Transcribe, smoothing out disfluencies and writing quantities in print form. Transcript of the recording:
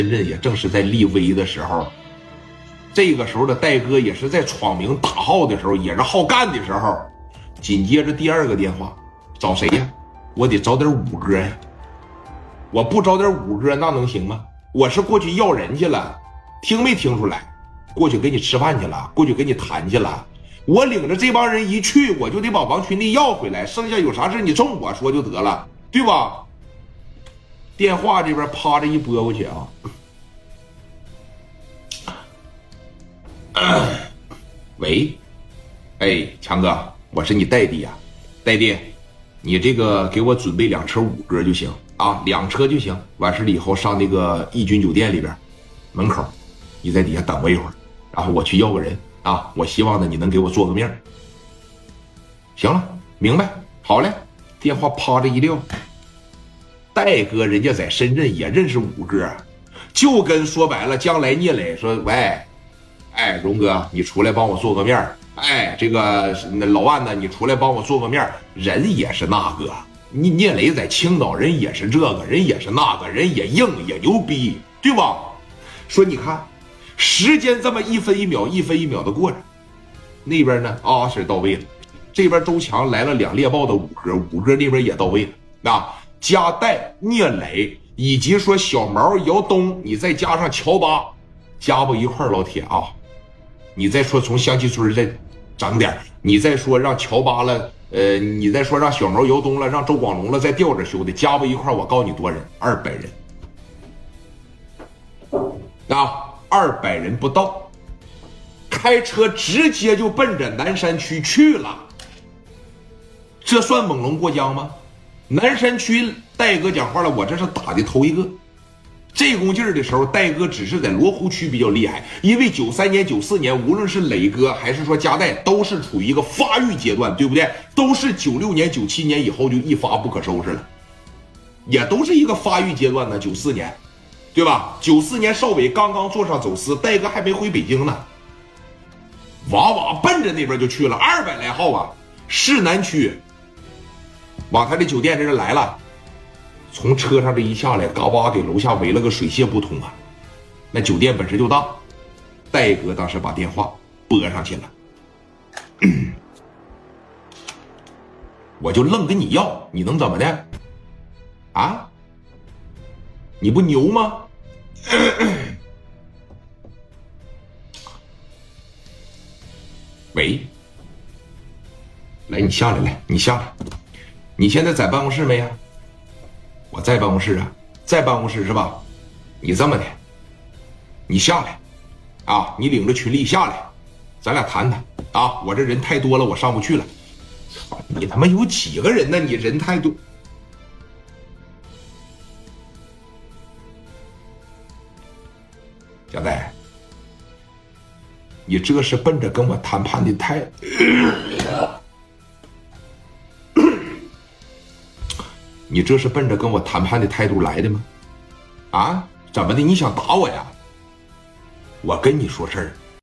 任也正是在立威的时候，这个时候的戴哥也是在闯名大号的时候，也是好干的时候。紧接着第二个电话，找谁呀？我得找点五哥呀！我不找点五哥那能行吗？我是过去要人去了，听没听出来？过去给你吃饭去了，过去给你谈去了。我领着这帮人一去，我就得把王群力要回来，剩下有啥事你冲我说就得了，对吧？电话这边啪着一拨过去啊。喂，哎，强哥，我是你戴弟啊，戴弟，你这个给我准备2车五哥就行啊，2车就行。完事了以后上那个义军酒店里边门口，你在底下等我一会儿，然后我去要个人啊。我希望呢你能给我做个面。行了，明白，好嘞。电话啪着一撂。戴哥人家在深圳也认识五哥，就跟说白了将来聂磊说，喂，哎，荣哥你出来帮我做个面，哎，这个老万呢你出来帮我做个面，人也是那个，聂磊在青岛人也是这个，人也是那个，人也硬也牛逼，对吧？说你看时间这么一分一秒一分一秒的过着，那边呢是到位了，这边周强来了2猎豹的五哥那边也到位了啊。加戴聂磊以及说小毛姚东，你再加上乔巴，加不一块老铁啊！你再说从香溪村再整点，你再说让乔巴了，你再说让小毛姚东了，让周广龙了，再调点兄弟，加不一块，我告诉你多人，200人啊，200人不到，开车直接就奔着南山区去了，这算猛龙过江吗？南山区戴哥讲话了，我这是打的头一个。这功劲儿的时候，戴哥只是在罗湖区比较厉害，因为93年、94年，无论是磊哥还是说加代，都是处于一个发育阶段，对不对？都是96年、97年以后就一发不可收拾了，也都是一个发育阶段呢。94年，对吧？94年邵伟刚刚坐上走私，戴哥还没回北京呢，哇哇奔着那边就去了，200来号啊，市南区。往他的酒店这人来了，从车上这一下来，嘎巴给楼下围了个水泄不通啊！那酒店本身就大，戴哥当时把电话拨上去了，我就愣跟你要，你能怎么的？啊？你不牛吗？喂，来，你下来，来，你下来。你现在在办公室没呀？我在办公室啊，在办公室是吧？你这么的，你下来啊，你领着群力下来，咱俩谈谈啊。我这人太多了，我上不去了。你他妈有几个人呢？你人太多。小戴，你这是奔着跟我谈判的态度。你这是奔着跟我谈判的态度来的吗？啊，怎么的？你想打我呀？我跟你说事儿，